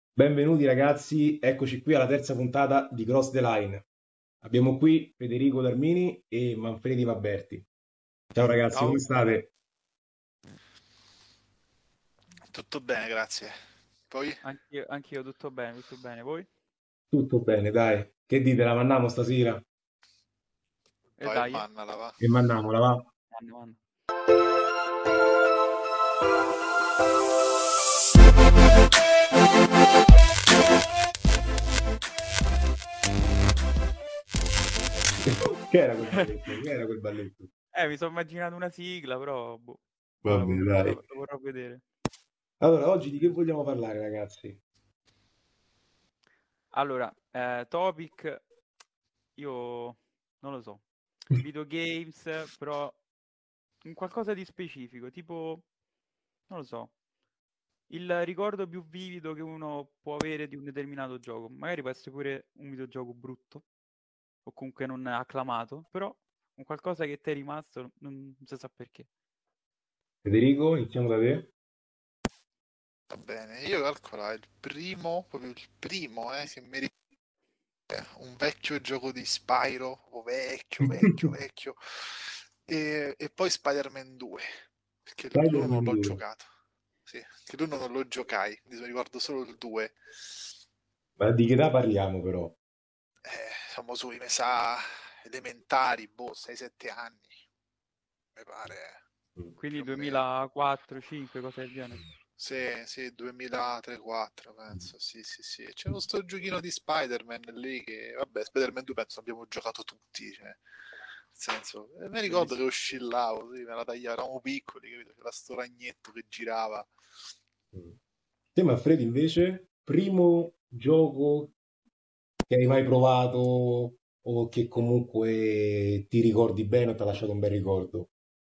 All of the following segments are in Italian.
Benvenuti ragazzi, eccoci qui alla terza puntata di Cross the Line. Abbiamo qui Federico Darmini e Manfredi Vaberti. Ciao ragazzi, come Ciao, state? Tutto bene, grazie. Poi? anch'io tutto bene, voi? Tutto bene, dai. Che dite, la mandiamo stasera? E Vai, dai, mannala, va. E mandiamola, va? manda. Che era quel balletto? Che era quel balletto? Mi sono immaginato una sigla, però boh, Va mo bene, dai. lo vorrò vedere. Allora, oggi di che vogliamo parlare, ragazzi? Allora, topic, io non lo so, videogames, però un qualcosa di specifico, tipo, non lo so, il ricordo più vivido che uno può avere di un determinato gioco. Magari può essere pure un videogioco brutto, o comunque non acclamato, però un qualcosa che ti è rimasto, non si sa perché. Federico, iniziamo da te. Va bene, io calcolo il primo, proprio il primo, che mi ricordo, un vecchio gioco di Spyro, o vecchio, e poi Spider-Man 2, perché l'uno non Spider-Man l'ho 2. giocato. Sì, che l'uno non lo giocai, mi ricordo solo il 2. Ma di che età parliamo però? Siamo sui, mi sa, elementari, boh, 6-7 anni, mi pare, Mm. più Quindi o meno. 2004, 5, cose del genere. Sì, 2003-4 penso, sì. C'è questo giochino di Spider-Man lì che, vabbè, Spider-Man 2 penso abbiamo giocato tutti, cioè, nel senso, mi ricordo che Bellissimo. oscillavo, sì, me la tagliavo, eravamo piccoli, capito? C'era sto ragnetto che girava. Mm. Te, Manfredi, invece, primo gioco che hai mai provato o che comunque ti ricordi bene o ti ha lasciato un bel ricordo?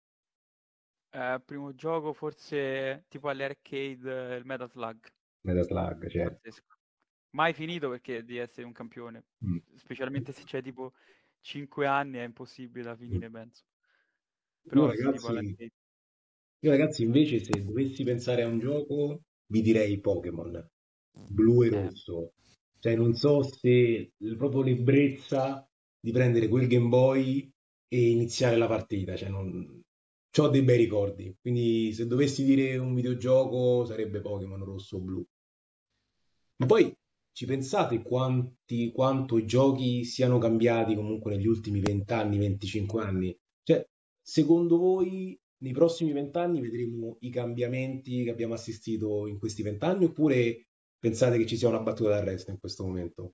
Primo gioco forse tipo alle arcade, il Metal Slug, Metal Slug, certo. pazzesco. Mai finito perché devi essere un campione, Mm. specialmente se c'è tipo 5 anni è impossibile da Mm. finire, penso. Io Però sì, tipo ragazzi, all'arcade. io ragazzi invece se dovessi pensare a un gioco vi direi Pokémon, blu e Eh, rosso. Cioè non so se proprio l'ebbrezza di prendere quel Game Boy e iniziare la partita, cioè non... C'ho dei bei ricordi, quindi se dovessi dire un videogioco sarebbe Pokémon rosso o blu. Ma poi ci pensate quanto i giochi siano cambiati comunque negli ultimi 20 anni, 25 anni? Cioè, secondo voi nei prossimi 20 anni vedremo i cambiamenti che abbiamo assistito in questi 20 anni oppure pensate che ci sia una battuta d'arresto in questo momento?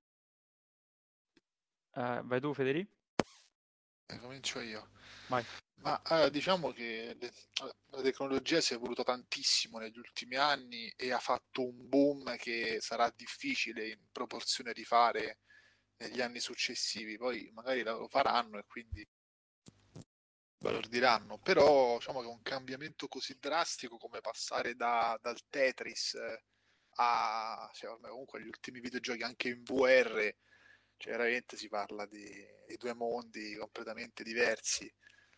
vai tu, Federico? Comincio io. Vai. Ma diciamo che la tecnologia si è evoluta tantissimo negli ultimi anni e ha fatto un boom che sarà difficile in proporzione rifare negli anni successivi. Poi magari lo faranno e quindi balordiranno, però diciamo che un cambiamento così drastico come passare dal Tetris cioè, ormai comunque gli ultimi videogiochi anche in VR, cioè veramente si parla di due mondi completamente diversi.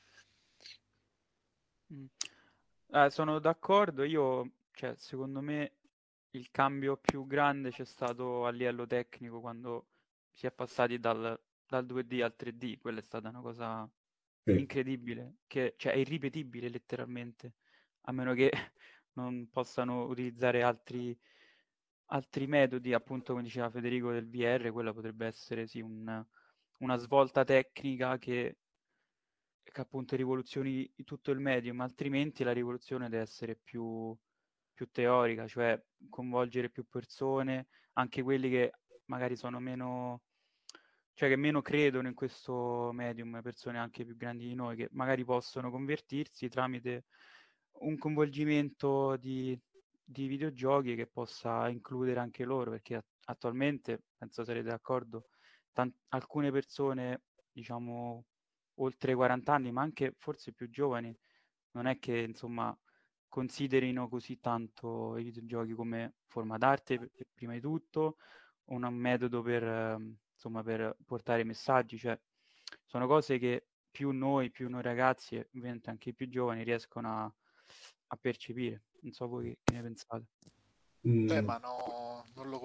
Mm. Sono d'accordo, io, cioè, secondo me il cambio più grande c'è stato a livello tecnico quando si è passati dal 2D al 3D, quella è stata una cosa Sì. incredibile, che, cioè è irripetibile letteralmente, a meno che non possano utilizzare altri metodi, appunto come diceva Federico del VR, quella potrebbe essere sì una svolta tecnica che appunto rivoluzioni tutto il medium, altrimenti la rivoluzione deve essere più teorica, cioè coinvolgere più persone, anche quelli che magari sono meno, cioè che meno credono in questo medium, persone anche più grandi di noi, che magari possono convertirsi tramite un coinvolgimento di videogiochi che possa includere anche loro, perché attualmente, penso sarete d'accordo, alcune persone, diciamo, oltre i 40 anni, ma anche forse più giovani, non è che insomma considerino così tanto i videogiochi come forma d'arte, prima di tutto, un metodo insomma, per portare messaggi, cioè sono cose che più noi ragazzi e ovviamente anche i più giovani riescono a percepire. Non so voi che ne pensate. Mm, Ma no, non lo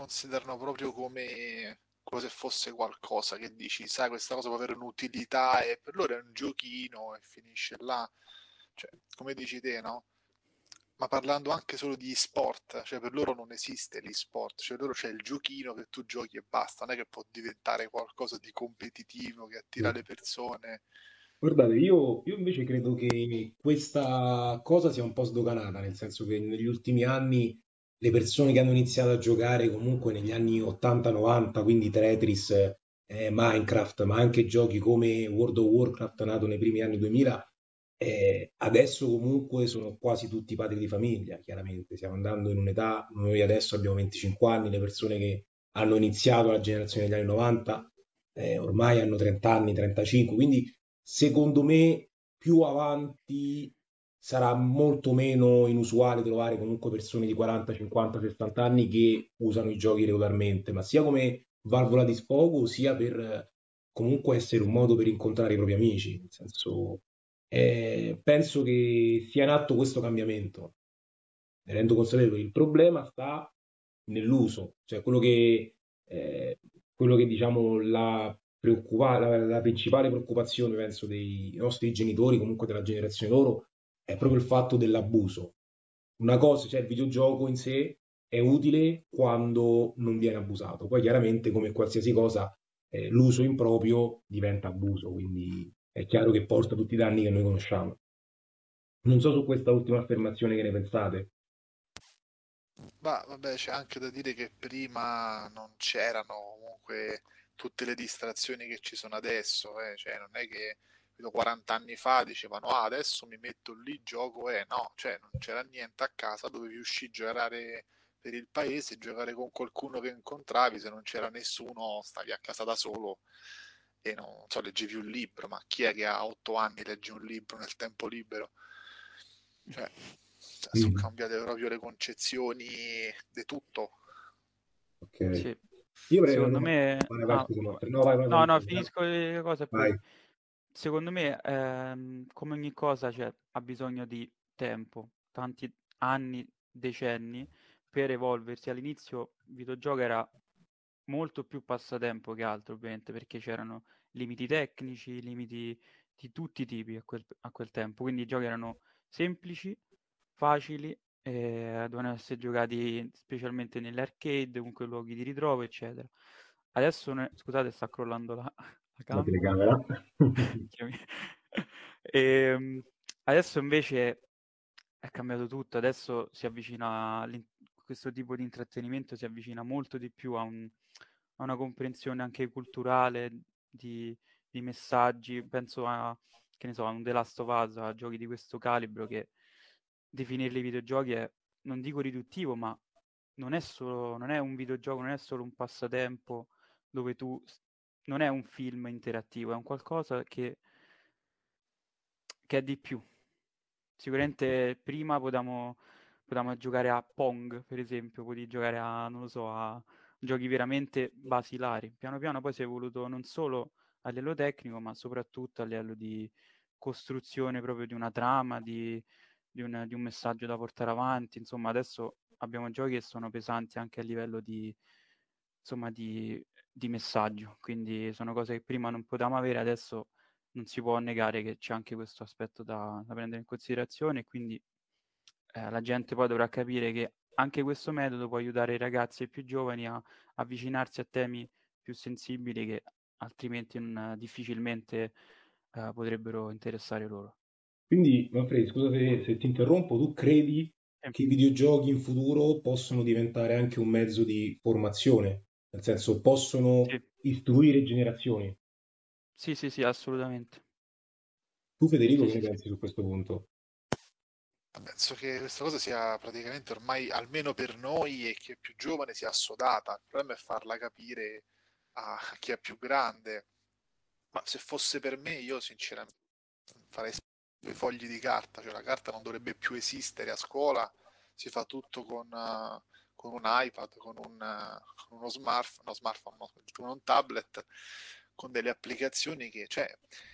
considerano proprio come se fosse qualcosa che dici, sai, questa cosa può avere un'utilità e per loro è un giochino e finisce là. Cioè, come dici te, no? Ma parlando anche solo di sport, cioè per loro non esiste l'e-sport, cioè per loro c'è il giochino che tu giochi e basta, non è che può diventare qualcosa di competitivo che attira le persone. Guardate, io invece credo che questa cosa sia un po' sdoganata, nel senso che negli ultimi anni le persone che hanno iniziato a giocare comunque negli anni 80-90, quindi Tetris, Minecraft, ma anche giochi come World of Warcraft nato nei primi anni 2000, adesso comunque sono quasi tutti padri di famiglia, chiaramente. Stiamo andando in un'età, noi adesso abbiamo 25 anni, le persone che hanno iniziato la generazione degli anni 90 ormai hanno 30 anni, 35, quindi secondo me più avanti sarà molto meno inusuale trovare comunque persone di 40, 50, 60 anni che usano i giochi regolarmente, ma sia come valvola di sfogo, sia per comunque essere un modo per incontrare i propri amici. Nel senso, penso che sia in atto questo cambiamento. Ne rendo consapevole. Il problema sta nell'uso, cioè quello che diciamo la principale preoccupazione, penso, dei nostri genitori, comunque della generazione loro, è proprio il fatto dell'abuso. Una cosa, cioè il videogioco in sé è utile quando non viene abusato. Poi chiaramente, come qualsiasi cosa, l'uso improprio diventa abuso, quindi è chiaro che porta tutti i danni che noi conosciamo. Non so su questa ultima affermazione che ne pensate. Ma vabbè, c'è anche da dire che prima non c'erano comunque tutte le distrazioni che ci sono adesso, eh. Cioè, non è che vedo 40 anni fa dicevano, ah, adesso mi metto lì, gioco, no, cioè non c'era niente a casa, dovevi uscire a giocare per il paese, giocare con qualcuno che incontravi, se non c'era nessuno stavi a casa da solo e non so, leggevi un libro, ma chi è che a 8 anni legge un libro nel tempo libero? Cioè, sono Mm, cambiate proprio le concezioni di tutto. ok. Sì. Io avrei una Secondo domanda. me... Vai, vai, Ah, scusa, no, vai, vai, no, vai, no, vai. finisco le cose e poi... Vai. Secondo me, come ogni cosa, cioè, ha bisogno di tempo, tanti anni, decenni, per evolversi. All'inizio il videogioco era molto più passatempo che altro, ovviamente, perché c'erano limiti tecnici, limiti di tutti i tipi a quel tempo. Quindi i giochi erano semplici, facili, dovevano essere giocati specialmente nelle arcade, comunque luoghi di ritrovo, eccetera. Adesso, scusate, sta crollando la La cam. telecamera. Chiami- Ehm, Adesso invece è cambiato tutto, adesso si avvicina questo tipo di intrattenimento si avvicina molto di più a una comprensione anche culturale di, di messaggi, penso a, che ne so, a un The Last of Us, a giochi di questo calibro che definirli videogiochi è, non dico riduttivo, ma non è un videogioco, non è solo un passatempo dove non è un film interattivo, è un qualcosa che è di più. Sicuramente prima potevamo giocare a Pong, per esempio, potevi giocare a, non lo so, a giochi veramente basilari. Piano piano poi si è evoluto non solo a livello tecnico, ma soprattutto a livello di costruzione proprio di una trama, di un messaggio da portare avanti. Insomma, adesso abbiamo giochi che sono pesanti anche a livello insomma, di messaggio. Quindi sono cose che prima non potevamo avere, adesso non si può negare che c'è anche questo aspetto da prendere in considerazione e quindi la gente poi dovrà capire che anche questo metodo può aiutare i ragazzi e i più giovani a avvicinarsi a temi più sensibili che altrimenti difficilmente potrebbero interessare loro. Quindi, Manfredi, scusa se ti interrompo, tu credi Sì, che i videogiochi in futuro possono diventare anche un mezzo di formazione? Nel senso, possono sì, istruire generazioni? sì, sì, sì, assolutamente. Tu, Federico, Sì, che ne sì, sì. pensi su questo punto? Penso che questa cosa sia praticamente ormai, almeno per noi e chi è più giovane, sia assodata. Il problema è farla capire a chi è più grande. Ma se fosse per me, io sinceramente farei due fogli di carta, cioè la carta non dovrebbe più esistere a scuola, si fa tutto con un iPad, con uno smartphone, no, con un tablet, con delle applicazioni che, cioè,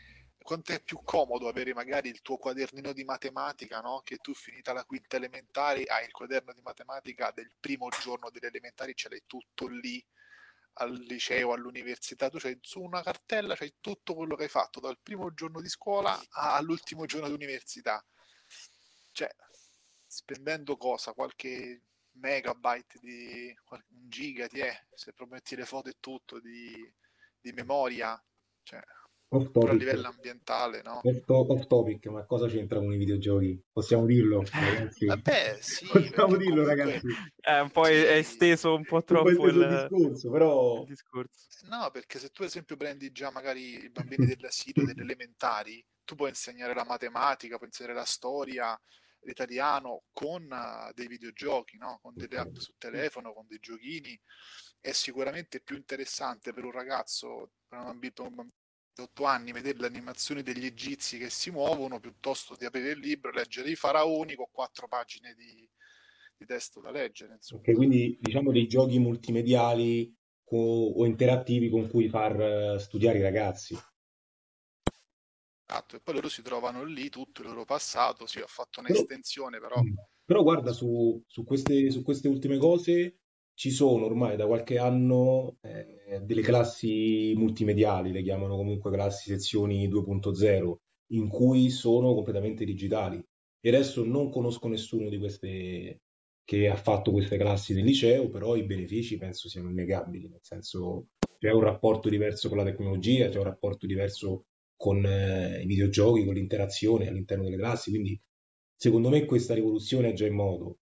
quanto è più comodo avere magari il tuo quadernino di matematica, no? Che tu finita la quinta elementare hai il quaderno di matematica del primo giorno delle elementari, ce l'hai tutto lì al liceo, all'università, tu c'hai su una cartella, c'hai tutto quello che hai fatto dal primo giorno di scuola all'ultimo giorno di università. Cioè, spendendo cosa? Qualche megabyte un giga ti è, se proprio metti le foto e tutto di memoria, cioè, Off pure a topic, livello ambientale, no? off topic, ma cosa c'entra con i videogiochi? Possiamo dirlo, ragazzi? Vabbè, sì, Possiamo perché dirlo, comunque ragazzi? Un po' è sì. esteso un po' Un po' troppo inteso il discorso, il però... discorso. No, perché se tu ad esempio prendi già magari i bambini dell'asilo, delle elementari, tu puoi insegnare la matematica, puoi insegnare la storia, l'italiano con dei videogiochi, no? Con delle app su telefono, con dei giochini. È sicuramente più interessante per un ragazzo, per un bambino di 8 anni, vedere le animazioni degli egizi che si muovono piuttosto di aprire il libro e leggere i faraoni con 4 pagine di testo da leggere, Ok, insomma. quindi diciamo dei giochi multimediali o interattivi con cui far studiare i ragazzi. Esatto, e poi loro si trovano lì tutto il loro passato, sì, ho fatto Però, un'estensione, però però guarda, insomma, su queste ultime cose ci sono ormai da qualche anno delle classi multimediali, le chiamano comunque classi sezioni 2.0, in cui sono completamente digitali. E adesso non conosco nessuno di queste che ha fatto queste classi nel liceo, però i benefici penso siano innegabili, nel senso c'è un rapporto diverso con la tecnologia, c'è un rapporto diverso con i videogiochi, con l'interazione all'interno delle classi, quindi secondo me questa rivoluzione è già in moto.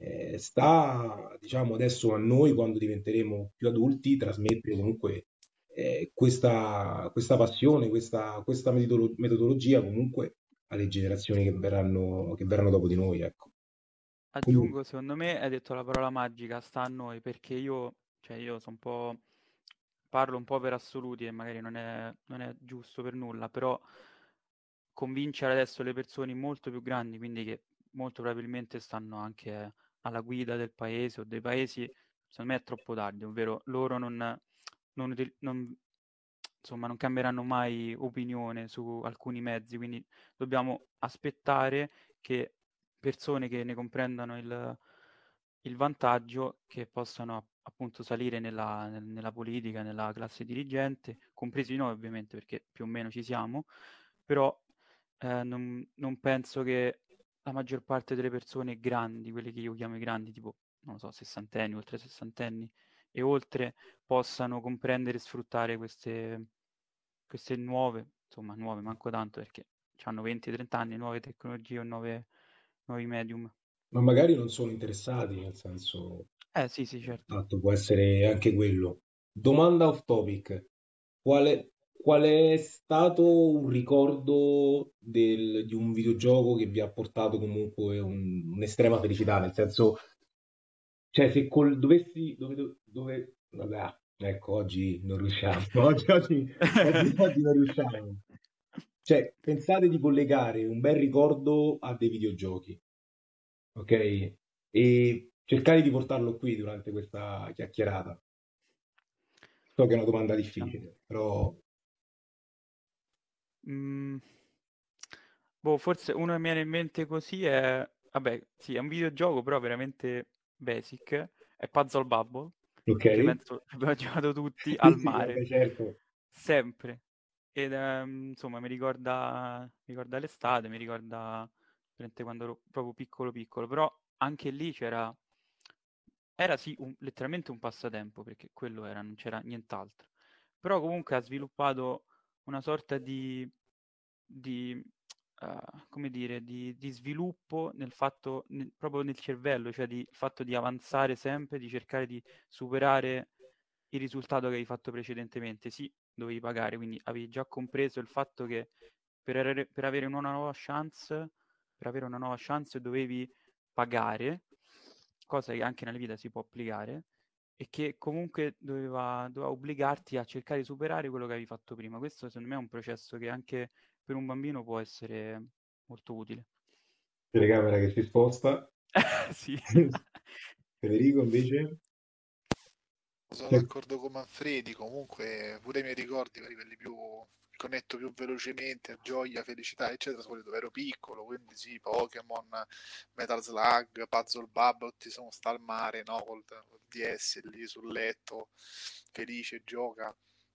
Sta, diciamo, adesso a noi, quando diventeremo più adulti, trasmettere comunque questa passione, questa metodologia comunque alle generazioni che verranno dopo di noi, ecco. Quindi, Aggiungo, secondo me hai detto la parola magica, sta a noi, perché io sono un po', parlo un po' per assoluti e magari non è giusto per nulla, però convincere adesso le persone molto più grandi, quindi che molto probabilmente stanno anche alla guida del paese o dei paesi, secondo me è troppo tardi, ovvero loro insomma, non cambieranno mai opinione su alcuni mezzi, quindi dobbiamo aspettare che persone che ne comprendano il vantaggio, che possano appunto salire nella politica, nella classe dirigente, compresi noi ovviamente, perché più o meno ci siamo, però non penso che la maggior parte delle persone grandi, quelle che io chiamo i grandi, tipo, non lo so, sessantenni, oltre sessantenni e oltre, possano comprendere e sfruttare queste nuove, insomma, nuove, manco tanto perché hanno 20-30 anni, nuove tecnologie o nuovi medium. ma magari non sono interessati, nel senso, Sì, sì, certo. esatto, può essere anche quello. Domanda off topic. Qual è stato un ricordo di un videogioco che vi ha portato comunque un'estrema felicità? Nel senso, cioè, se dovessi, vabbè, ecco, oggi non riusciamo, oggi non riusciamo. Cioè, pensate di collegare un bel ricordo a dei videogiochi, ok? E cercare di portarlo qui durante questa chiacchierata. So che è una domanda Diciamo. difficile, però Mm, boh, forse uno che mi viene in mente così è, vabbè, sì, è un videogioco però veramente basic, è Puzzle Bubble, ok. che penso abbiamo giocato tutti Sì, al sì, mare, vabbè, certo. sempre. Ed insomma mi ricorda l'estate, mi ricorda veramente quando ero proprio piccolo piccolo, però anche lì era sì letteralmente un passatempo, perché quello era, non c'era nient'altro. Però comunque ha sviluppato una sorta di, come dire, di sviluppo nel fatto, proprio nel cervello, cioè il fatto di avanzare sempre, di cercare di superare il risultato che avevi fatto precedentemente. Sì, dovevi pagare, quindi avevi già compreso il fatto che per avere una nuova chance dovevi pagare, cosa che anche nella vita si può applicare, e che comunque doveva obbligarti a cercare di superare quello che avevi fatto prima. Questo secondo me è un processo che anche per un bambino può essere molto utile. Telecamera che si sposta. Sì. Federico invece? sono Cioè, d'accordo con Manfredi, comunque pure i miei ricordi, quelli più connetto più velocemente, gioia, felicità, eccetera, sono dove ero piccolo, quindi sì, Pokémon, Metal Slug, Puzzle Bubble, ti sono sta al mare, no, col DS lì sul letto, felice, gioca.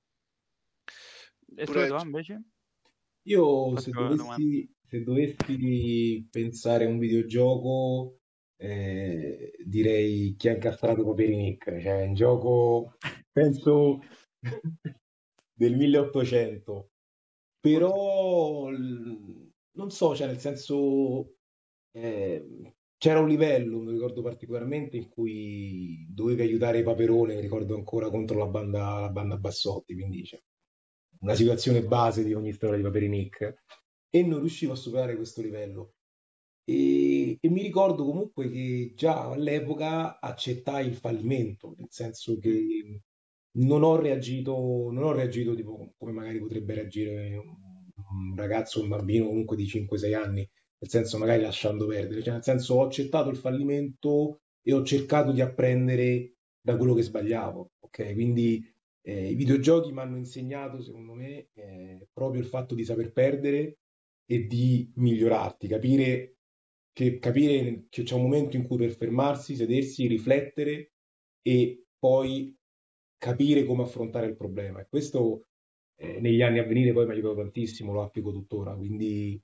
E tu, Pure, Edoardo, invece? Io Faccio una domanda. se dovessi pensare a un videogioco, direi chi ha incastrato Paperinik, cioè un gioco, penso, del 1800, Oddio. però non so, cioè nel senso c'era un livello, mi ricordo particolarmente, in cui dovevi aiutare i Paperone, mi ricordo ancora, contro la banda Bassotti, quindi c'è una situazione base di ogni storia di Paperinik, e non riuscivo a superare questo livello. E mi ricordo comunque che già all'epoca accettai il fallimento, nel senso Mm. che non ho reagito tipo come magari potrebbe reagire un ragazzo o un bambino comunque di 5-6 anni, nel senso magari lasciando perdere, cioè nel senso ho accettato il fallimento e ho cercato di apprendere da quello che sbagliavo, ok? Quindi i videogiochi mi hanno insegnato, secondo me, proprio il fatto di saper perdere e di migliorarti, capire che c'è un momento in cui per fermarsi, sedersi, riflettere e poi capire come affrontare il problema. E questo negli anni a venire poi mi ha aiutato tantissimo, lo applico tuttora. Quindi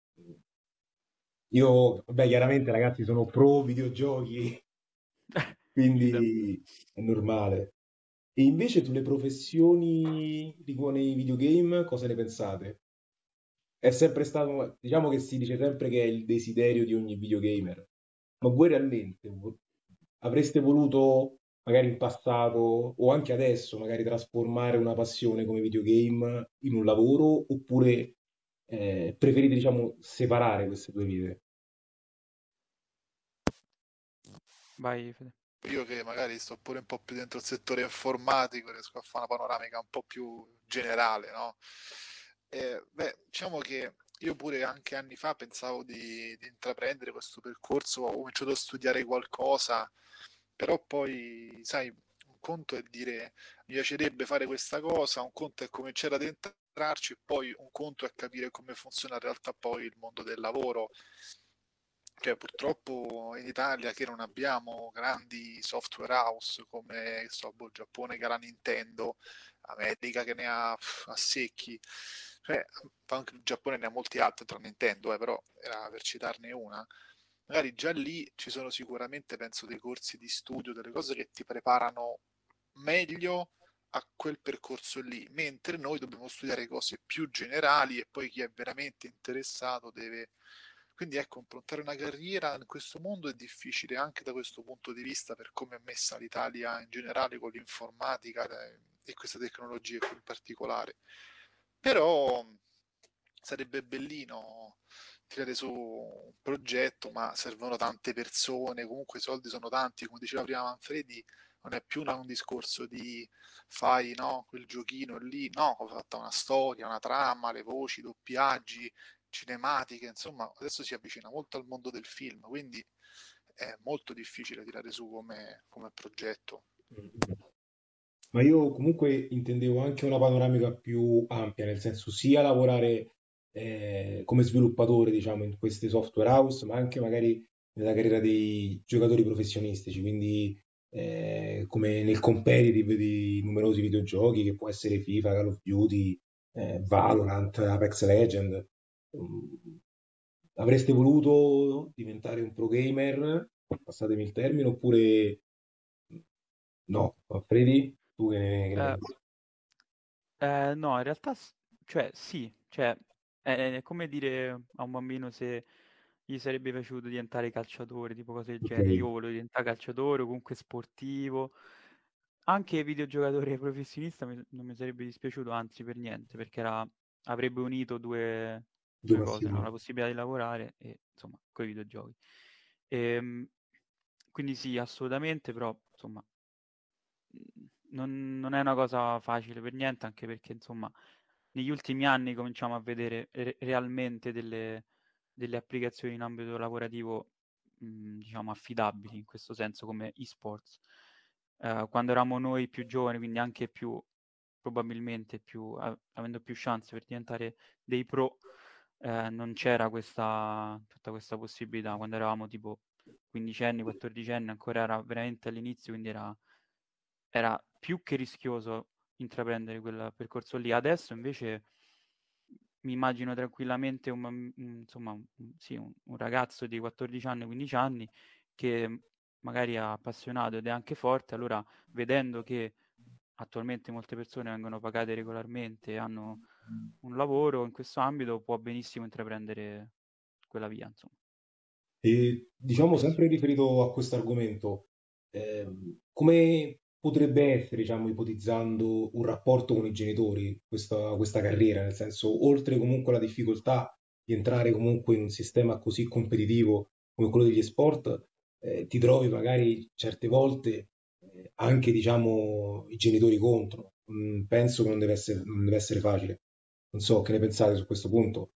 io, vabbè, chiaramente ragazzi sono pro videogiochi, Idem. quindi è normale. E invece sulle professioni nei videogame, cosa ne pensate? È sempre stato, diciamo che si dice sempre che è il desiderio di ogni videogamer, ma voi realmente avreste voluto, magari in passato o anche adesso, magari trasformare una passione come videogame in un lavoro, oppure preferite, diciamo, separare queste due vite? Vai, Fede. io che magari sto pure un po' più dentro il settore informatico, riesco a fare una panoramica un po' più generale, no? Beh, diciamo che io pure anche anni fa pensavo di intraprendere questo percorso, ho cominciato a studiare qualcosa, però poi, sai, un conto è dire mi piacerebbe fare questa cosa, un conto è cominciare ad entrarci, e poi un conto è capire come funziona in realtà poi il mondo del lavoro. Cioè, purtroppo in Italia che non abbiamo grandi software house come so, boh, Giappone che ha la Nintendo, America che ne ha a secchi, cioè, anche il Giappone ne ha molti altri tra Nintendo, però era per citarne una. Magari già lì ci sono sicuramente, penso, dei corsi di studio, delle cose che ti preparano meglio a quel percorso lì, mentre noi dobbiamo studiare cose più generali e poi chi è veramente interessato deve. Quindi ecco, improntare una carriera in questo mondo è difficile anche da questo punto di vista per come è messa l'Italia in generale con l'informatica e queste tecnologie qui in particolare. Però sarebbe bellino tirare su un progetto, ma servono tante persone, comunque i soldi sono tanti, come diceva prima Manfredi, non è più un discorso di fai no, quel giochino lì, no, ho fatto una storia, una trama, le voci, i doppiaggi, cinematiche, insomma, adesso si avvicina molto al mondo del film, quindi è molto difficile tirare su come progetto. Ma io comunque intendevo anche una panoramica più ampia, nel senso sia lavorare come sviluppatore, diciamo, in queste software house, ma anche magari nella carriera dei giocatori professionistici, quindi come nel competitive di numerosi videogiochi, che può essere FIFA, Call of Duty, Valorant, Apex Legend. Mm, Avreste voluto diventare un pro gamer, passatemi il termine, oppure no? Freddy, tu che ne Eh, pensi? no, in realtà, cioè, sì, cioè, è come dire a un bambino se gli sarebbe piaciuto diventare calciatore, tipo cose del Ok. genere. Io volevo diventare calciatore o comunque sportivo. Anche videogiocatore professionista non mi sarebbe dispiaciuto, anzi per niente, perché avrebbe unito Due due cose, no? passioni. La possibilità di lavorare e insomma, coi videogiochi. Ehm, quindi sì, assolutamente, però insomma, non è una cosa facile per niente, anche perché insomma, negli ultimi anni cominciamo a vedere realmente delle applicazioni in ambito lavorativo, diciamo, affidabili in questo senso come esports. Quando eravamo noi più giovani, quindi anche più probabilmente avendo più chance per diventare dei pro, non c'era tutta questa possibilità. Quando eravamo tipo 15 anni, 14 anni, ancora era veramente all'inizio, quindi era più che rischioso intraprendere quel percorso lì. Adesso invece mi immagino tranquillamente insomma, sì, un ragazzo di 14 anni, 15 anni che magari è appassionato ed è anche forte, allora vedendo che attualmente molte persone vengono pagate regolarmente e hanno un lavoro in questo ambito, può benissimo intraprendere quella via, insomma, E diciamo penso. sempre riferito a questo argomento, come potrebbe essere, diciamo, ipotizzando un rapporto con i genitori, questa carriera, nel senso, oltre comunque alla difficoltà di entrare comunque in un sistema così competitivo come quello degli sport, ti trovi magari certe volte anche, diciamo, i genitori contro. Penso che non deve essere facile. Non so che ne pensate su questo punto.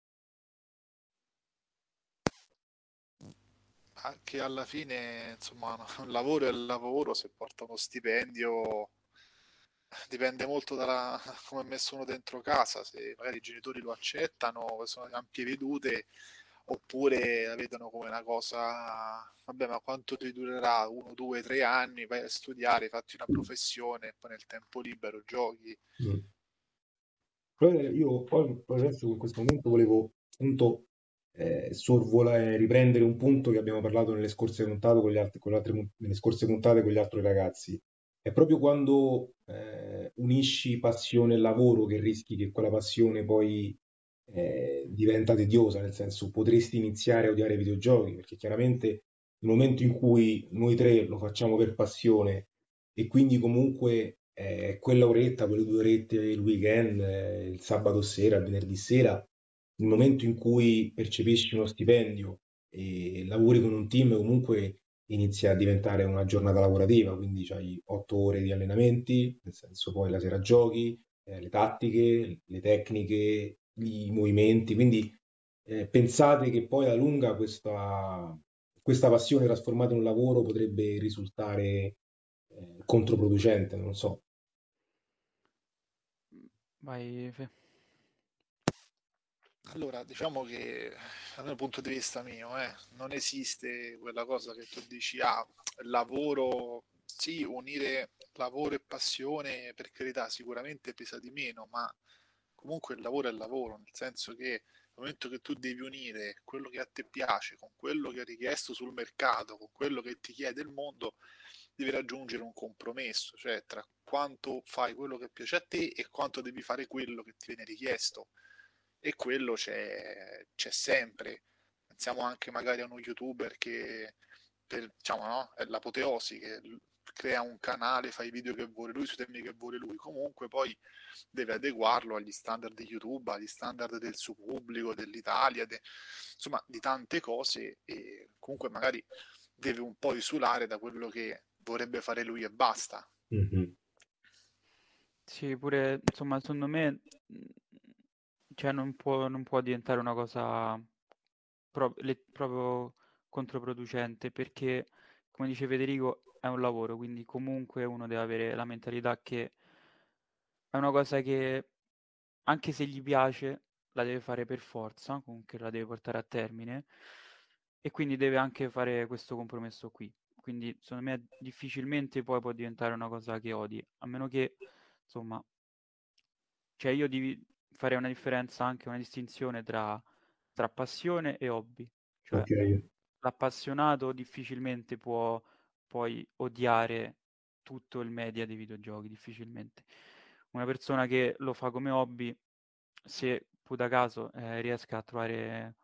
Anche alla fine, insomma, un lavoro è il lavoro, se porta uno stipendio dipende molto da come è messo uno dentro casa, se magari i genitori lo accettano, sono ampie vedute, oppure la vedono come una cosa, vabbè, ma quanto ti durerà? 1, 2, 3 anni, vai a studiare, fatti una professione, e poi nel tempo libero giochi. Mm. Però io poi adesso in questo momento volevo appunto sorvolare, riprendere un punto che abbiamo parlato nelle scorse puntate nelle scorse puntate con gli altri ragazzi. È proprio quando unisci passione e lavoro che rischi che quella passione poi diventa tediosa, nel senso potresti iniziare a odiare i videogiochi, perché chiaramente nel momento in cui noi tre lo facciamo per passione e quindi comunque quella oretta, quelle 2 orette il weekend, il sabato sera, il venerdì sera, nel momento in cui percepisci uno stipendio e lavori con un team, comunque inizia a diventare una giornata lavorativa, quindi hai 8 ore di allenamenti, nel senso poi la sera giochi, le tattiche, le tecniche, i movimenti, quindi pensate che poi alla lunga questa passione trasformata in un lavoro potrebbe risultare controproducente, non so. Vai, Allora, diciamo che dal punto di vista mio, non esiste quella cosa che tu dici, ah, lavoro, sì, unire lavoro e passione, per carità, sicuramente pesa di meno, ma comunque il lavoro è lavoro, nel senso che nel momento che tu devi unire quello che a te piace con quello che è richiesto sul mercato, con quello che ti chiede il mondo, devi raggiungere un compromesso, cioè tra quanto fai quello che piace a te e quanto devi fare quello che ti viene richiesto. E quello c'è sempre. Pensiamo anche magari a uno youtuber che diciamo, no? È l'apoteosi, che crea un canale, fa i video che vuole lui, sui temi che vuole lui, comunque poi deve adeguarlo agli standard di YouTube, agli standard del suo pubblico, dell'Italia, insomma di tante cose e comunque magari deve un po' isolare da quello che vorrebbe fare lui e basta. Mhm. sì, pure, insomma, secondo me, cioè non può diventare una cosa proprio controproducente, perché, come dice Federico, è un lavoro, quindi comunque uno deve avere la mentalità che è una cosa che, anche se gli piace, la deve fare per forza, comunque la deve portare a termine, e quindi deve anche fare questo compromesso qui. Quindi, secondo me, difficilmente poi può diventare una cosa che odi, a meno che, insomma, cioè io farei una differenza, anche una distinzione tra passione e hobby. Cioè, Ok. l'appassionato difficilmente può poi odiare tutto il media dei videogiochi, difficilmente. Una persona che lo fa come hobby, se puta caso riesca a trovare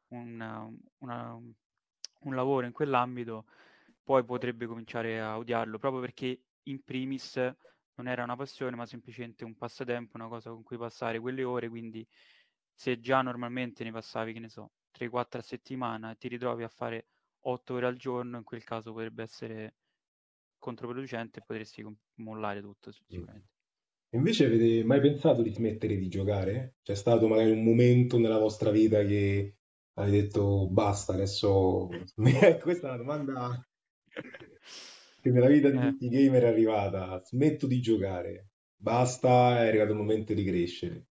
un lavoro in quell'ambito, poi potrebbe cominciare a odiarlo, proprio perché in primis non era una passione, ma semplicemente un passatempo, una cosa con cui passare quelle ore, quindi se già normalmente ne passavi, che ne so, 3-4 a settimana e ti ritrovi a fare 8 ore al giorno, in quel caso potrebbe essere controproducente e potresti mollare tutto Mm. sicuramente. Invece avete mai pensato di smettere di giocare? C'è stato magari un momento nella vostra vita che avete detto basta, adesso... Questa è una domanda che nella vita di Eh, tutti i gamer è arrivata. Smetto di giocare. basta, è arrivato il momento di crescere.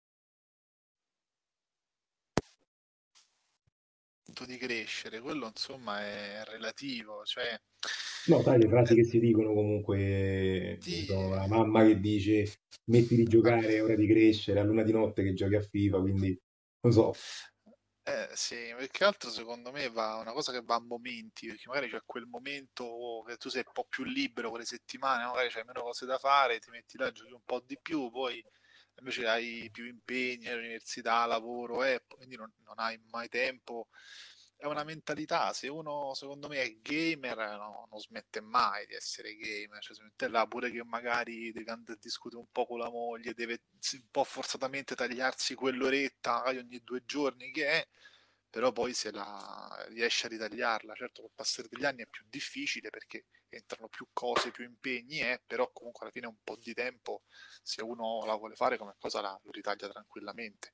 Di crescere, quello insomma è relativo, cioè No, sai, le frasi eh, che si dicono comunque, non sì, so, la mamma che dice smetti di ah, giocare, è ora di crescere, a luna di notte che giochi a FIFA, quindi non so. sì, perché altro secondo me va una cosa che va a momenti, perché magari c'è quel momento che tu sei un po' più libero quelle settimane, magari c'hai meno cose da fare, ti metti là, giochi un po' di più, poi invece hai più impegni, all'università, lavoro, quindi non hai mai tempo. È una mentalità, se uno secondo me è gamer non smette mai di essere gamer, cioè si mette là pure che magari deve andare a discutere un po' con la moglie, deve un po' forzatamente tagliarsi quell'oretta magari ogni 2 giorni che è, però poi se la riesce a ritagliarla, certo col passare degli anni è più difficile perché entrano più cose, più impegni, però comunque alla fine un po' di tempo, se uno la vuole fare come cosa lo ritaglia tranquillamente.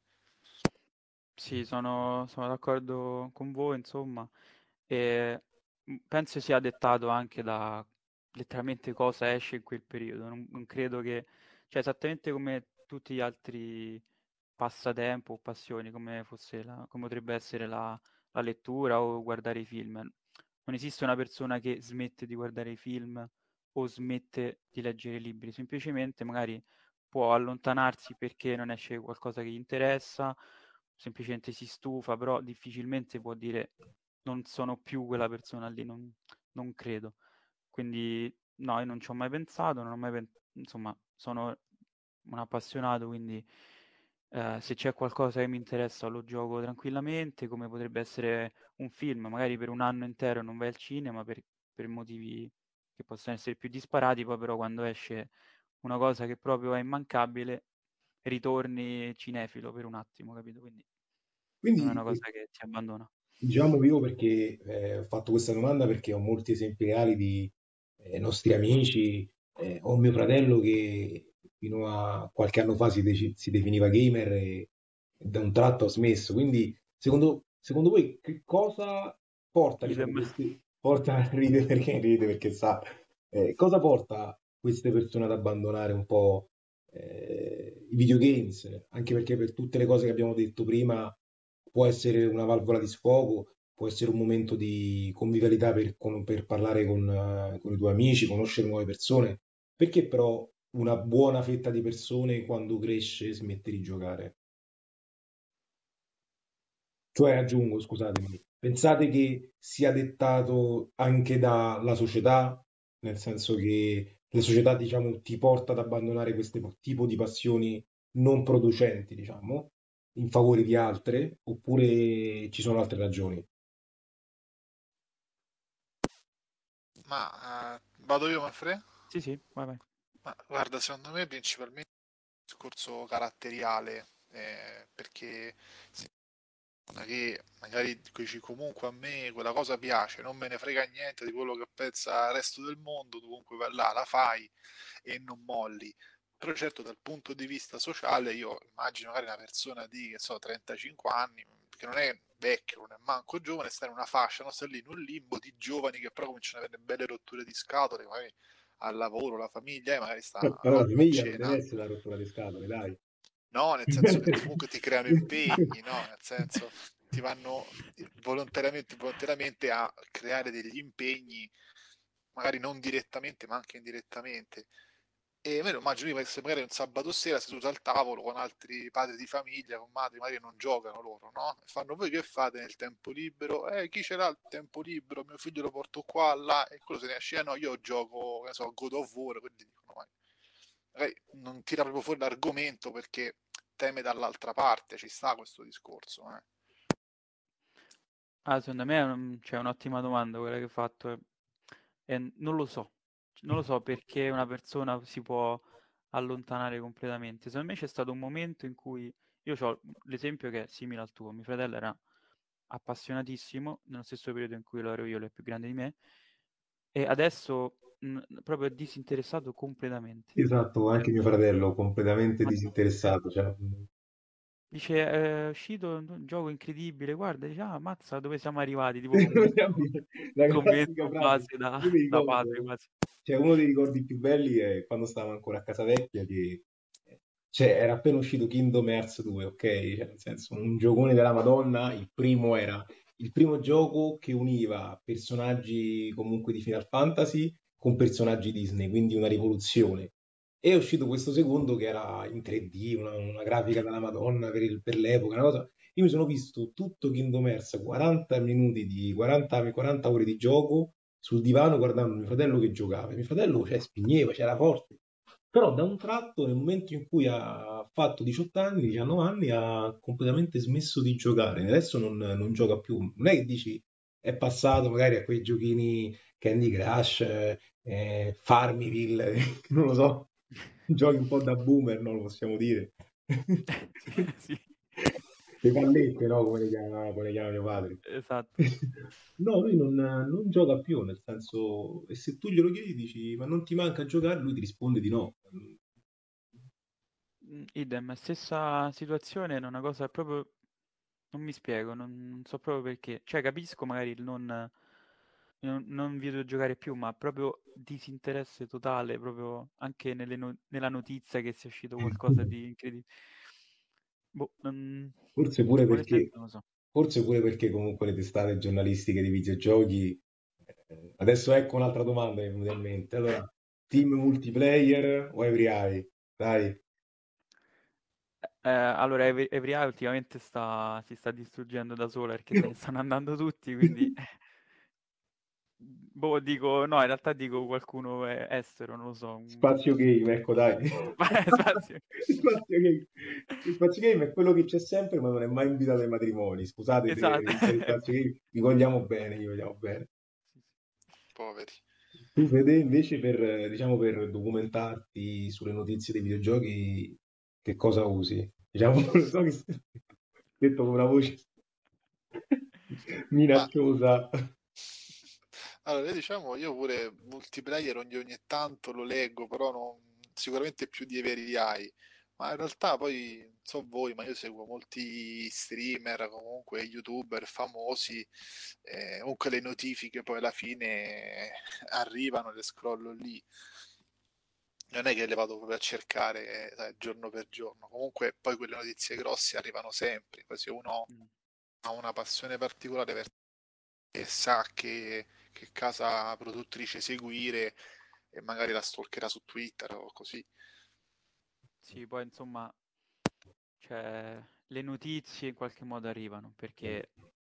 Sì, sono d'accordo con voi, insomma, e penso sia dettato anche da letteralmente cosa esce in quel periodo. Non credo che, cioè, esattamente come tutti gli altri passatempo o passioni, come potrebbe essere la lettura o guardare i film. Non esiste una persona che smette di guardare i film o smette di leggere i libri, semplicemente magari può allontanarsi perché non esce qualcosa che gli interessa, semplicemente si stufa, però difficilmente può dire non sono più quella persona lì, non credo. Quindi no, io non ci ho mai pensato, non ho mai insomma, sono un appassionato, quindi se c'è qualcosa che mi interessa lo gioco tranquillamente, come potrebbe essere un film, magari per un anno intero non vai al cinema per motivi che possono essere più disparati, poi però quando esce una cosa che proprio è immancabile, ritorni cinefilo per un attimo, capito? Quindi non è Quindi, una cosa che ti abbandona. diciamo io perché ho fatto questa domanda perché ho molti esempi reali di nostri amici, ho mio fratello che fino a qualche anno fa si definiva gamer e da un tratto ha smesso. Quindi, secondo voi, che cosa porta, diciamo, Idem. porta a ride perché sa, cosa porta queste persone ad abbandonare un po' i videogames? Anche perché per tutte le cose che abbiamo detto prima può essere una valvola di sfogo, può essere un momento di convivialità per parlare con i tuoi amici, conoscere nuove persone. Perché però una buona fetta di persone quando cresce smette di giocare? Cioè, aggiungo, scusatemi, pensate che sia dettato anche dalla società, nel senso che la società, diciamo, ti porta ad abbandonare questo tipo di passioni non producenti, diciamo, in favore di altre, oppure ci sono altre ragioni? Ma vado io, Manfred? Sì, sì, vai, vai. Ma guarda, secondo me principalmente un discorso caratteriale, perché se una che magari dici comunque a me quella cosa piace, non me ne frega niente di quello che pensa il resto del mondo, tu comunque vai là, la fai e non molli. Però certo dal punto di vista sociale io immagino magari una persona di, che so, 35 anni, che non è vecchio, non è manco giovane, sta in una fascia, non sta lì in un limbo di giovani che però cominciano ad avere belle rotture di scatole, magari al lavoro, la famiglia, e magari sta Però la a famiglia non deve cena. essere la rottura di scatole, dai. No, nel senso che comunque ti creano impegni, no? Nel senso ti vanno volontariamente a creare degli impegni, magari non direttamente, ma anche indirettamente. E me lo immagino io se magari un sabato sera seduto al tavolo con altri padri di famiglia, con madri magari non giocano loro, no? E fanno voi che fate nel tempo libero? Chi ce l'ha il tempo libero? Mio figlio lo porto qua, là, e quello se ne esce, no, io gioco, che ne so, a God of War, quindi dicono, magari non tira proprio fuori l'argomento perché teme dall'altra parte, ci sta questo discorso, eh. Ah, secondo me cioè, è un'ottima domanda quella che hai fatto e non lo so. Non lo so perché una persona si può allontanare completamente. Secondo me c'è stato un momento in cui io ho l'esempio che è simile al tuo. Mio fratello era appassionatissimo nello stesso periodo in cui lo ero io, lui è più grande di me, e adesso proprio è disinteressato completamente. Esatto, Cioè, anche mio fratello, completamente ma- cioè, disinteressato. Cioè, dice, è uscito un gioco incredibile, guarda, dice, ah, mazza, dove siamo arrivati? Tipo commento, la classica commento frase. base da, Io mi da padre ricordo, quasi. cioè uno dei ricordi più belli è quando stavamo ancora a casa vecchia che Cioè, era appena uscito Kingdom Hearts 2, ok? Cioè, nel senso, un giocone della Madonna. Il primo era il primo gioco che univa personaggi comunque di Final Fantasy con personaggi Disney, quindi una rivoluzione. E è uscito questo secondo che era in 3D, una grafica della Madonna per l'epoca, una cosa. Io mi sono visto tutto Kingdom Hearts, 40 minuti di 40 ore di gioco sul divano guardando mio fratello che giocava. E mio fratello, cioè, spigneva, c'era forte. Però da un tratto, nel momento in cui ha fatto 18 anni, 19 anni, ha completamente smesso di giocare. Adesso non gioca più. Non è che dici è passato magari a quei giochini Candy Crush, Farmville, non lo so, giochi un po' da boomer, no? Lo possiamo dire. Sì, sì, Le pallette, no? Come le chiama mio padre. esatto. No, lui non gioca più, nel senso, e se tu glielo chiedi, dici, ma non ti manca giocare, lui ti risponde di no. Idem, stessa situazione, è una cosa proprio... Non mi spiego, non so proprio perché. Cioè, capisco magari il non videogiocare più, ma proprio disinteresse totale, proprio anche nella notizia che sia uscito qualcosa di incredibile. Boh, Forse pure onestamente perché, non lo so. forse pure perché comunque le testate giornalistiche di videogiochi. Adesso ecco un'altra domanda che mi viene in mente. Allora, team multiplayer o every eye? Dai, Allora, Every Eye ultimamente si sta distruggendo da sola perché se ne stanno andando tutti, quindi... Boh, dico, no, in realtà dico qualcuno estero, non lo so. spazio game, ecco dai. Spazio. Spazio game. Il spazio game è quello che c'è sempre, ma non è mai invitato ai matrimoni. Scusate Esatto. per il spazio game, vi vogliamo bene, vi vogliamo bene. Sì, sì. Poveri. Tu, Fede, invece diciamo, per documentarti sulle notizie dei videogiochi, che cosa usi? Diciamo, lo so che detto con una voce Ma minacciosa. allora, diciamo, io pure multiplayer ogni tanto lo leggo, però sicuramente più di veri AI. Ma in realtà poi, non so voi, ma io seguo molti streamer, comunque youtuber famosi, comunque le notifiche poi alla fine arrivano, le scrollo lì. Non è che le vado proprio a cercare, sai, giorno per giorno. Comunque poi quelle notizie grosse arrivano sempre. Poi se uno Mm. ha una passione particolare e sa che casa produttrice seguire e magari la stalkerà su Twitter o così. Sì, poi insomma, cioè, le notizie in qualche modo arrivano perché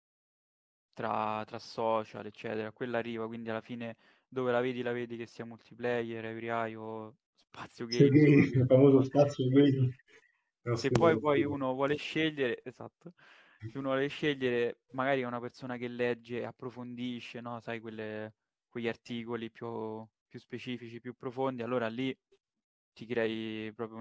tra social, eccetera, quella arriva, quindi alla fine dove la vedi che sia multiplayer, Every Eye o Spazio Spazio Games, quello game, che... il famoso spazio game. Se Ottimo, poi ottimo. uno vuole scegliere, esatto, se uno vuole scegliere, magari è una persona che legge e approfondisce, no? Sai, quegli articoli più specifici, più profondi, allora lì ti crei proprio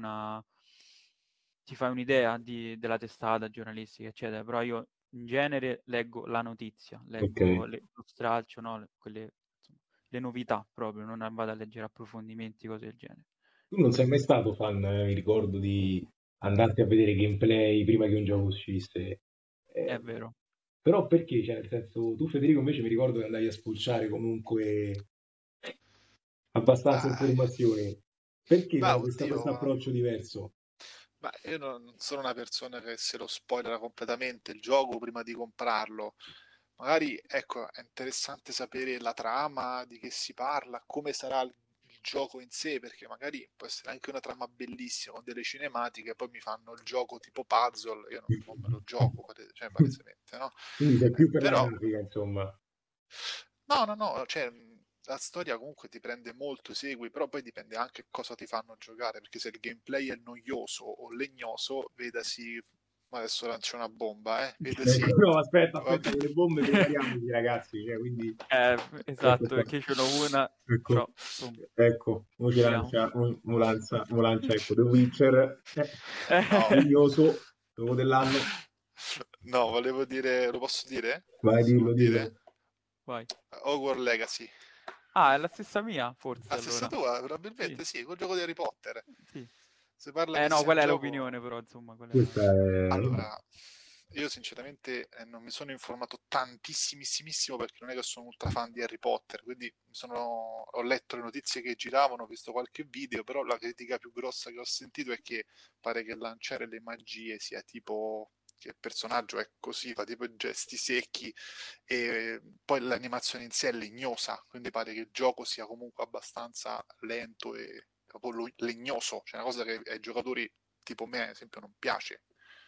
ti fai un'idea della testata giornalistica, eccetera. Però io in genere leggo la notizia, Ok. leggo lo stralcio, no? Insomma, le novità proprio, non vado a leggere approfondimenti, cose del genere. Tu non sei Quello. mai stato fan, mi ricordo, di andarti a vedere gameplay prima che un gioco uscisse. È Eh, vero. però perché? Cioè, nel senso, tu Federico invece mi ricordo che andai a spulciare comunque abbastanza Dai. informazioni. Perché Ma c'era questo oddio, approccio diverso? ma io non sono una persona che se lo spoilera completamente il gioco prima di comprarlo. Magari, ecco, è interessante sapere la trama, di che si parla, come sarà il gioco in sé, perché magari può essere anche una trama bellissima, con delle cinematiche, poi mi fanno il gioco tipo puzzle, io non me lo gioco, cioè palesemente, no? Quindi sei più per la Però grafica, insomma. no, no, no, cioè la storia comunque ti prende molto, segui, però poi dipende anche cosa ti fanno giocare, perché se il gameplay è noioso o legnoso, vedasi, ma adesso lancio una bomba, vedasi, Ecco, no, aspetta, vabbè. con le bombe prepariamoci, ragazzi. Cioè, quindi, ecco Esatto, qua. perché io ce n'ho una, Ecco, però insomma, ecco, mo ci speriamo. lancia, mo lancia, ecco, The Witcher, No, legnoso, gioco dell'anno. no, volevo dire, lo posso dire? Vai, Si può dillo, dillo. dire? Vai. Hogwarts Legacy. Ah, è la stessa mia, forse La stessa allora. tua? Sì, Probabilmente sì, quel gioco di Harry Potter. sì. Si parla che No, sia un qual è gioco. l'opinione però, insomma, qual è... Questa è... Allora, Io sinceramente non mi sono informato tantissimissimo perché non è che sono ultra fan di Harry Potter, quindi ho letto le notizie che giravano, ho visto qualche video, però la critica più grossa che ho sentito è che pare che lanciare le magie sia tipo che il personaggio è così, fa tipo gesti secchi e poi l'animazione in sé è legnosa, quindi pare che il gioco sia comunque abbastanza lento e proprio legnoso, cioè una cosa che ai giocatori tipo me, ad esempio, non piace.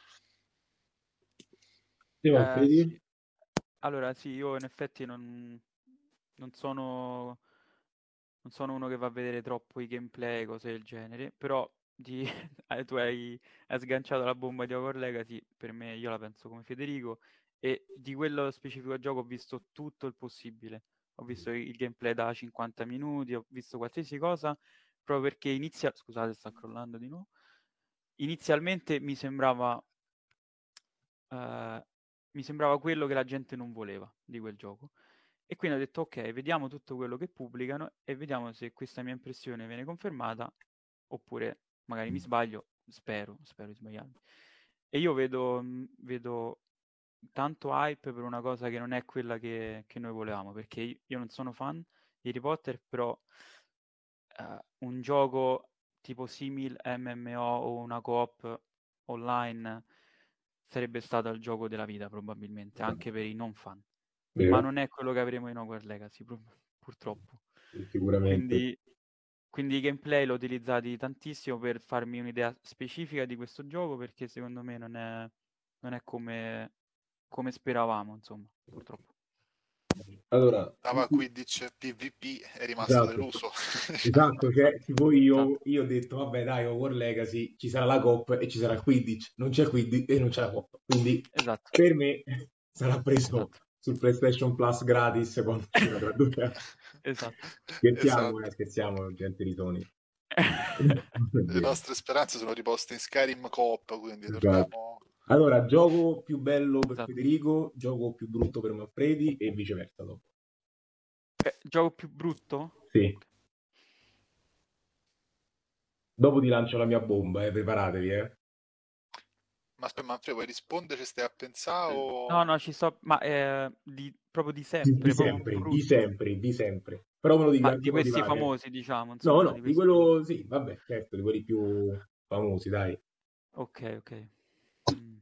Te, Manfredi? Sì. Allora, sì, io in effetti non sono, non sono uno che va a vedere troppo i gameplay, cose del genere, però tu hai sganciato la bomba di Hogwarts Legacy, per me io la penso come Federico, e di quello specifico gioco ho visto tutto il possibile. Ho visto il gameplay da 50 minuti, ho visto qualsiasi cosa, proprio perché Scusate, sta crollando di nuovo. Inizialmente eh, mi sembrava quello che la gente non voleva di quel gioco. E quindi ho detto, ok, vediamo tutto quello che pubblicano e vediamo se questa mia impressione viene confermata oppure magari mi sbaglio, spero di sbagliarmi. E io vedo tanto hype per una cosa che non è quella che noi volevamo, perché io non sono fan di Harry Potter, però un gioco tipo simil MMO o una coop online sarebbe stato il gioco della vita probabilmente, anche per i non fan. Ma Vero? non è quello che avremo in Hogwarts Legacy, purtroppo. Sicuramente. Quindi, quindi i gameplay l'ho utilizzati tantissimo per farmi un'idea specifica di questo gioco, perché secondo me non è come speravamo, insomma, purtroppo. Allora, Stava Quidditch PvP è rimasto esatto, deluso. esatto, cioè, Esatto, tipo esatto, io ho detto, vabbè dai, Hogwarts Legacy, ci sarà la Coop e ci sarà il Quidditch, non c'è Quidditch e non c'è la Coop, quindi esatto, per me sarà preso esatto, sul PlayStation Plus gratis quando uscirà tra 2 anni. esatto. Esatto. Scherziamo, gente di Sony. Le nostre speranze sono riposte in Skyrim Coop, quindi Esatto. torniamo. Allora, gioco più bello per Esatto. Federico, gioco più brutto per Manfredi e viceversa dopo. Gioco più brutto? Sì, dopo ti lancio la mia bomba, preparatevi, eh. Ma aspetta, Manfred, vuoi rispondere? Ci stai a pensare No, o... no, ci sto, ma proprio di Di sempre, proprio sempre, di brutto. sempre, di sempre. Però me lo dico Ma anche di questi motivate. famosi, diciamo, No, insomma, no, di di questi... quello sì, vabbè, certo, di quelli più famosi, dai. Ok, ok. Mm.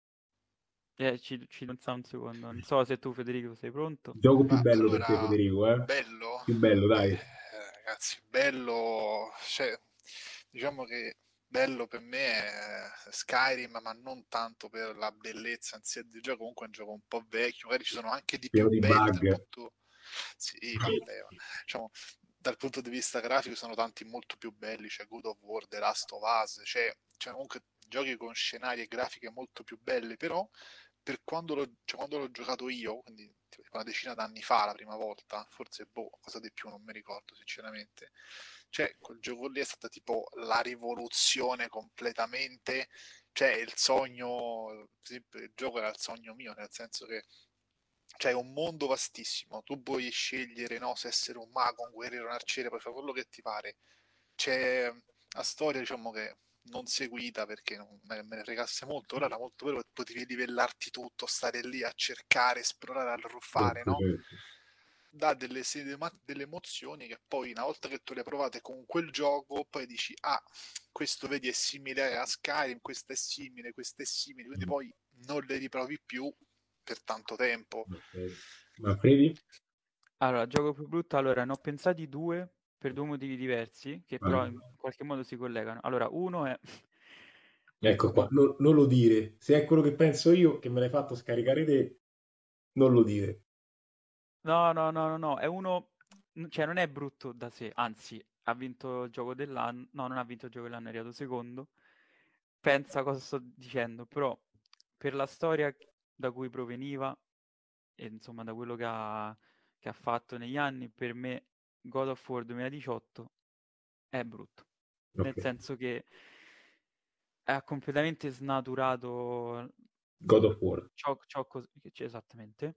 Ci pensa un secondo. Non so se tu, Federico, sei pronto. Gioco più Ma bello per te, allora, Federico, eh? bello? Più bello, dai. Ragazzi, bello... Cioè, diciamo che bello per me è Skyrim, ma non tanto per la bellezza in sé del gioco, comunque è un gioco un po' vecchio, magari ci sono anche di Pieno più di belli bug. dal punto... Sì, vabbè, ma, diciamo, dal punto di vista grafico sono tanti molto più belli, c'è God of War, The Last of Us, c'è comunque giochi con scenari e grafiche molto più belle, però per quando l'ho giocato io, quindi tipo una decina d'anni fa la prima volta, forse boh, cosa di più non mi ricordo sinceramente, cioè quel gioco lì è stata tipo la rivoluzione completamente, cioè il sogno, per esempio il gioco era il sogno mio, nel senso che c'è un mondo vastissimo, tu puoi scegliere no, se essere un mago, un guerriero, un arciere, puoi fare quello che ti pare. C'è la storia, diciamo che non seguita perché non me ne fregasse molto, ora era molto vero che potevi livellarti tutto, stare lì a cercare, esplorare, arruffare, Certo, no? certo. Dà delle emozioni che poi una volta che tu le hai provate con quel gioco poi dici ah questo vedi è simile a Skyrim, questo è simile, quindi Mm, poi non le riprovi più per tanto tempo. ok. Manfredi? Allora, gioco più brutto, allora, ne ho pensati due per due motivi diversi, che Vai. però in qualche modo si collegano. Allora, uno è... Ecco qua, un- non lo dire. Se è quello che penso io, che me l'hai fatto scaricare te, non lo dire. No, no, no, no, no, è uno... Cioè, non è brutto da sé, anzi, ha vinto il gioco dell'anno. No, non ha vinto il gioco dell'anno, è arrivato secondo. Pensa cosa sto dicendo, però per la storia da cui proveniva e insomma da quello che ha fatto negli anni, per me God of War 2018 è brutto. Ok. Nel senso che ha completamente snaturato God of War. esattamente.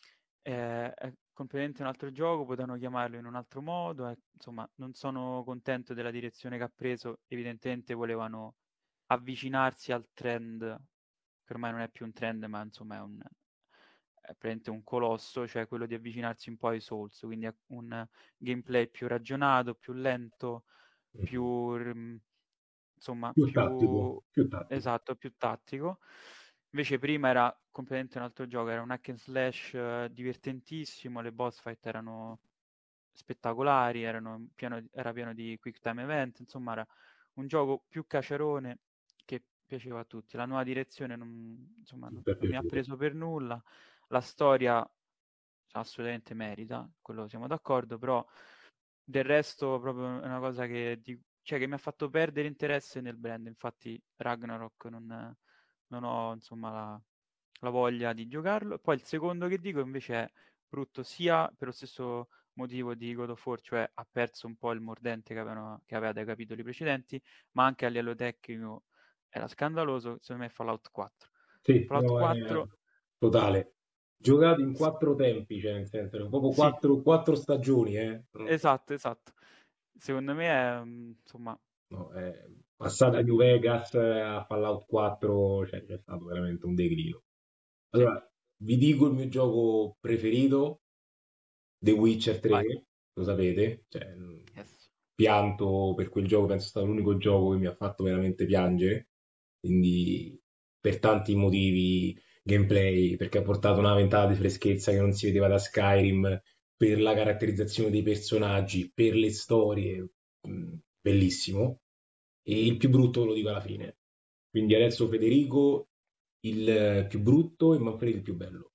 È completamente un altro gioco, potevano chiamarlo in un altro modo. Insomma, non sono contento della direzione che ha preso. Evidentemente volevano avvicinarsi al trend che ormai non è più un trend, ma insomma è praticamente un colosso, cioè quello di avvicinarsi un po' ai Souls, quindi a un gameplay più ragionato, più lento, più insomma Più più tattico, più tattico. esatto, più tattico. Invece prima era completamente un altro gioco, era un hack and slash divertentissimo, le boss fight erano spettacolari, era pieno di quick time event, insomma era un gioco più caciarone che piaceva a tutti. La nuova direzione insomma, Mi è non mi ha piaciuto. preso per nulla, la storia assolutamente merita, quello siamo d'accordo, però del resto proprio è una cosa cioè, che mi ha fatto perdere interesse nel brand, infatti Ragnarok non ho insomma la voglia di giocarlo. Poi il secondo che dico invece è brutto sia per lo stesso motivo di God of War, cioè ha perso un po' il mordente che aveva dai capitoli precedenti, ma anche a livello tecnico era scandaloso, secondo me è Fallout 4. Sì, Fallout no, è 4, totale. Giocato in sì, 4 tempi, cioè nel senso, erano proprio sì, quattro stagioni, eh. esatto, esatto. Secondo me è, insomma, No, passare da New Vegas a Fallout 4, cioè, c'è stato veramente un declino. sì, Allora, vi dico il mio gioco preferito, The Witcher vai. 3, lo sapete, cioè, Yes. pianto per quel gioco, penso sia stato l'unico gioco che mi ha fatto veramente piangere, quindi per tanti motivi, gameplay, perché ha portato una ventata di freschezza che non si vedeva da Skyrim, per la caratterizzazione dei personaggi, per le storie, bellissimo. E il più brutto lo dico alla fine. Quindi adesso Federico il più brutto e Manfredi il più bello.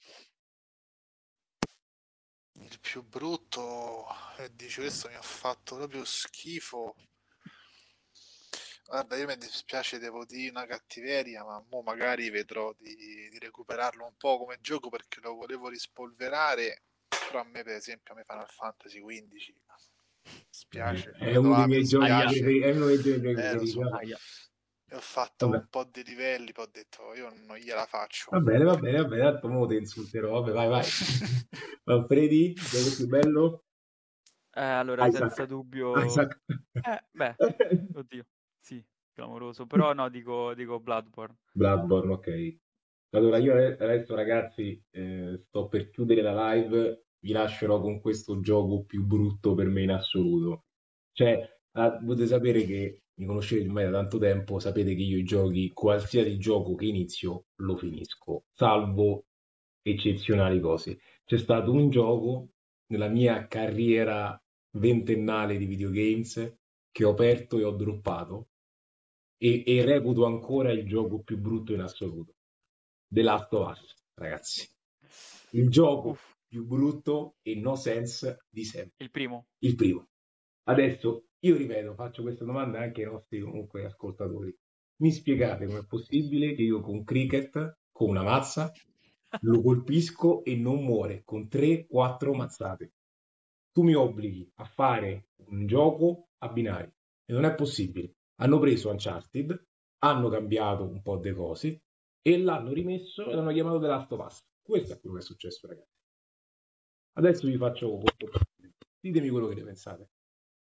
Il più brutto, e dici questo mi ha fatto proprio schifo. Guarda, io mi dispiace, devo dire una cattiveria, ma mo magari vedrò di recuperarlo un po' come gioco perché lo volevo rispolverare. Però a me, per esempio, a me Final Fantasy XV spiace, lo È vedo uno dei mi miei giochi Aia, spiace. preferiti, è uno dei tuoi giochi Lo preferiti. so. Vabbè. aia. E ho fatto Vabbè. un po' di livelli, poi ho detto io non gliela faccio. Va bene, va bene, tanto mo ti insulterò. Vabbè, vai, vai. Manfredi, gioco più bello? Allora, Isaac. senza dubbio, Isaac. beh, oddio, sì, clamoroso, però no, dico Bloodborne, Bloodborne, ok. Allora, sì. io adesso, ragazzi, sto per chiudere la live. Vi lascerò con questo gioco più brutto per me in assoluto. Cioè, potete sapere che mi conoscete ormai da tanto tempo, sapete che io i giochi, qualsiasi gioco che inizio, lo finisco, salvo eccezionali cose. C'è stato un gioco nella mia carriera ventennale di videogames che ho aperto e ho droppato e reputo ancora il gioco più brutto in assoluto. The Last of Us, ragazzi. Il gioco Uff, più brutto e no sense di sempre. il primo. Il primo. Adesso io ripeto, faccio questa domanda anche ai nostri comunque ascoltatori. Mi spiegate com'è possibile che io con cricket, con una mazza, lo colpisco e non muore con 3-4 mazzate? Tu mi obblighi a fare un gioco a binari e non è possibile. Hanno preso Uncharted, hanno cambiato un po' di cose e l'hanno rimesso e l'hanno chiamato The Last of Us. Questo è quello che è successo, ragazzi. Adesso vi faccio questo. Ditemi quello che ne pensate.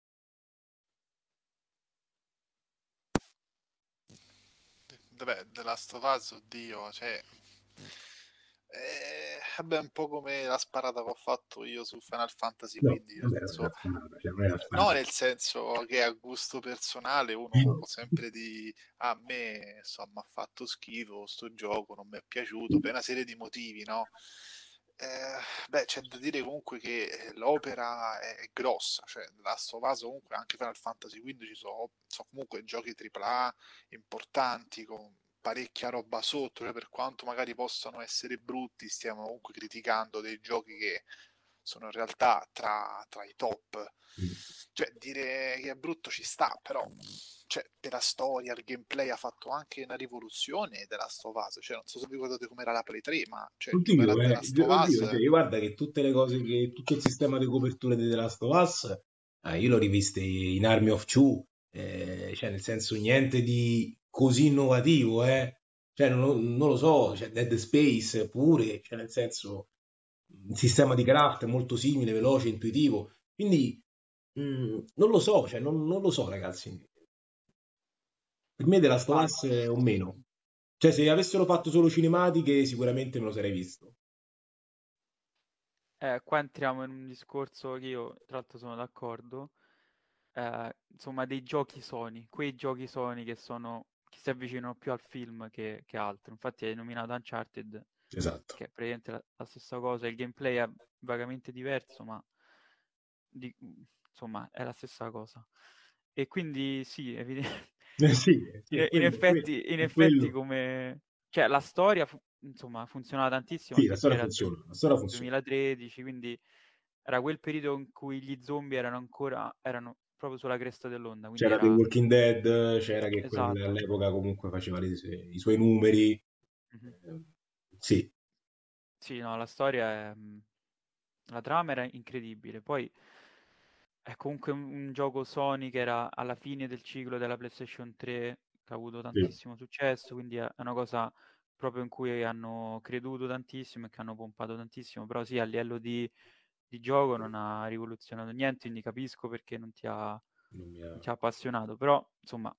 Vabbè, The Last of Us, oddio, cioè... vabbè, un po' come la sparata che ho fatto io su Final Fantasy No, XV, nel vabbè, non è la senso, sparata, cioè non è la no, sparata. nel senso che a gusto personale uno può sempre di a me insomma ha fatto schifo sto gioco, non mi è piaciuto per una serie di motivi, no? Beh, c'è da dire comunque che l'opera è grossa, cioè Last of Us comunque anche Final Fantasy XV sono comunque giochi AAA importanti con parecchia roba sotto, cioè per quanto magari possano essere brutti, stiamo comunque criticando dei giochi che sono in realtà tra i top. Cioè, dire che è brutto ci sta, però cioè, per la storia, il gameplay ha fatto anche una rivoluzione della Last of Us. Cioè, non so se vi ricordate com'era la Play 3, ma cioè, giocare a Oddio, The Last of oddio, Us cioè, guarda che tutte le cose tutto il sistema di copertura di The Last of Us, io l'ho riviste in Army of Two, cioè nel senso niente di così innovativo, cioè non lo so, cioè Dead Space pure, cioè nel senso il sistema di craft è molto simile, veloce, intuitivo, quindi non lo so, cioè non lo so ragazzi, per me The Last of ma Us è o meno. Cioè, se avessero fatto solo cinematiche, sicuramente me lo sarei visto. Qua entriamo in un discorso che io, tra l'altro, sono d'accordo. Insomma, dei giochi Sony, quei giochi Sony che si avvicinano più al film che altro. Infatti hai nominato Uncharted, Esatto. che è praticamente la stessa cosa, il gameplay è vagamente diverso, ma di- insomma è la stessa cosa. E quindi sì, Sì, sì, è quello, in è effetti quello. come... Cioè la storia, insomma, funzionava tantissimo Sì, la anche perché storia era funziona, la storia funziona. 2013, quindi era quel periodo in cui gli zombie erano proprio sulla cresta dell'onda, quindi C'era The era... Walking Dead, c'era che Esatto. all'epoca comunque faceva i suoi numeri. Mhm. Sì, Sì, no, la storia è... La trama era incredibile. Poi è comunque un gioco Sony che era alla fine del ciclo della PlayStation 3, che ha avuto sì, tantissimo successo, quindi è una cosa proprio in cui hanno creduto tantissimo e che hanno pompato tantissimo. Però sì, a livello di gioco non ha rivoluzionato niente, quindi capisco perché non mi ha... non ti ha appassionato. Però, insomma,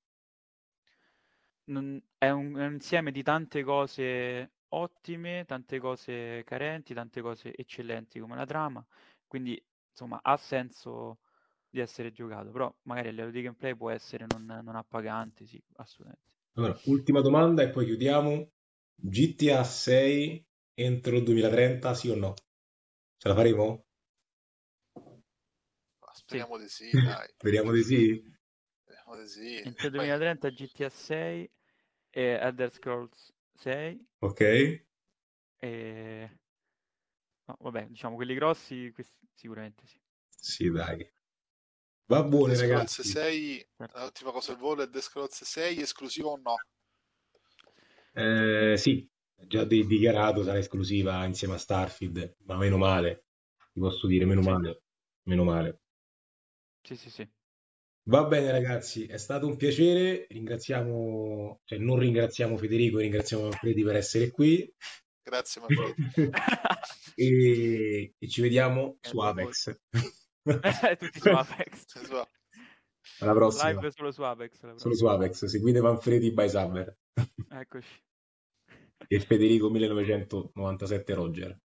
è un insieme di tante cose ottime, tante cose carenti, tante cose eccellenti come la trama, quindi insomma ha senso di essere giocato, però magari a livello di gameplay può essere non appagante, sì, assolutamente. Allora, ultima domanda e poi chiudiamo. GTA 6 entro il 2030, sì o no? Ce la faremo? Ma Sì, speriamo di sì, dai. Speriamo di sì. Speriamo di sì. entro il Poi 2030 GTA 6 e Elder Scrolls 6 Ok? e... No, vabbè, diciamo quelli grossi, questi sicuramente sì. Sì, dai. Va The buone, Scrolls ragazzi. 6, Certo. l'ultima cosa al volo è The Scrolls 6 esclusivo o no? Sì, già dichiarato sarà esclusiva insieme a Starfield, ma meno male. Ti posso dire meno Sì, male. Meno male. sì, sì, sì. Va bene ragazzi, è stato un piacere, cioè non ringraziamo Federico, ringraziamo Manfredi per essere qui Grazie Manfredi. e ci vediamo su Grazie a voi. Apex. Tutti su Apex. Alla prossima, Live solo su Apex la solo su prossima. Apex, seguite Manfredi by Summer Eccoci. e Federico 1997 Roger.